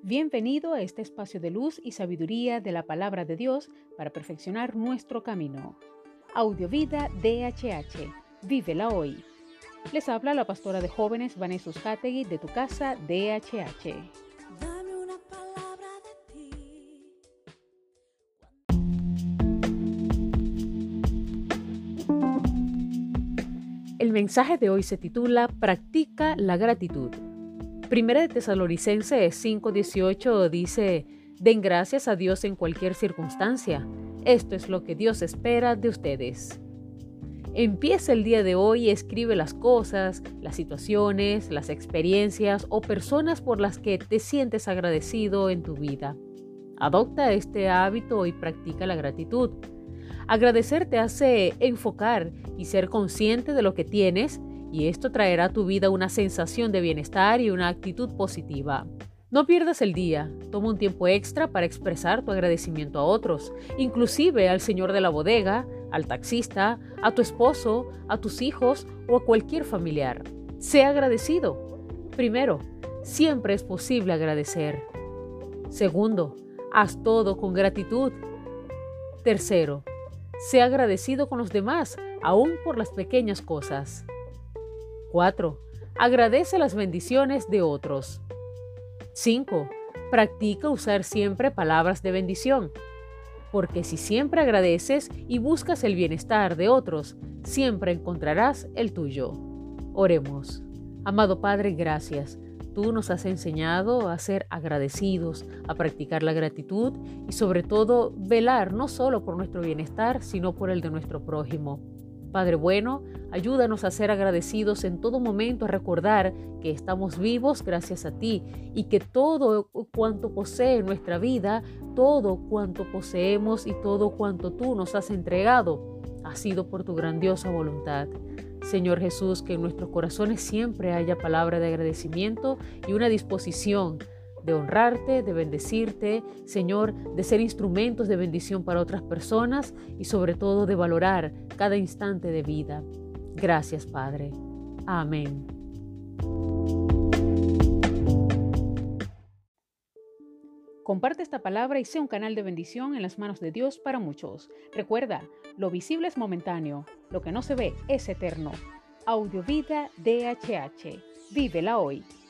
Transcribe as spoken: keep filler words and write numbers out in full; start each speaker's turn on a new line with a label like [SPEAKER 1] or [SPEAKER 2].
[SPEAKER 1] Bienvenido a este espacio de luz y sabiduría de la palabra de Dios para perfeccionar nuestro camino. Audiovida D H H. Vívela hoy. Les habla la pastora de jóvenes Vanessa Uzcategui de Tu Casa D H H.
[SPEAKER 2] Dame una palabra de ti.
[SPEAKER 1] El mensaje de hoy se titula Practica la gratitud. Primera de Tesalonicenses cinco dieciocho dice: Den gracias a Dios en cualquier circunstancia. Esto es lo que Dios espera de ustedes. Empieza el día de hoy y escribe las cosas, las situaciones, las experiencias o personas por las que te sientes agradecido en tu vida. Adopta este hábito y practica la gratitud. Agradecer te hace enfocar y ser consciente de lo que tienes, y esto traerá a tu vida una sensación de bienestar y una actitud positiva. No pierdas el día, toma un tiempo extra para expresar tu agradecimiento a otros, inclusive al señor de la bodega, al taxista, a tu esposo, a tus hijos o a cualquier familiar. Sé agradecido. Primero, siempre es posible agradecer. Segundo, haz todo con gratitud. Tercero, sé agradecido con los demás, aún por las pequeñas cosas. cuatro. Agradece las bendiciones de otros. cinco. Practica usar siempre palabras de bendición, porque si siempre agradeces y buscas el bienestar de otros, siempre encontrarás el tuyo. Oremos. Amado Padre, gracias. Tú nos has enseñado a ser agradecidos, a practicar la gratitud y sobre todo velar no solo por nuestro bienestar, sino por el de nuestro prójimo. Padre bueno, ayúdanos a ser agradecidos en todo momento, a recordar que estamos vivos gracias a ti y que todo cuanto posee nuestra vida, todo cuanto poseemos y todo cuanto tú nos has entregado, ha sido por tu grandiosa voluntad. Señor Jesús, que en nuestros corazones siempre haya palabra de agradecimiento y una disposición de honrarte, de bendecirte, Señor, de ser instrumentos de bendición para otras personas y sobre todo de valorar cada instante de vida. Gracias, Padre. Amén. Comparte esta palabra y sea un canal de bendición en las manos de Dios para muchos. Recuerda, lo visible es momentáneo, lo que no se ve es eterno. Audiovida D H H. Vívela hoy.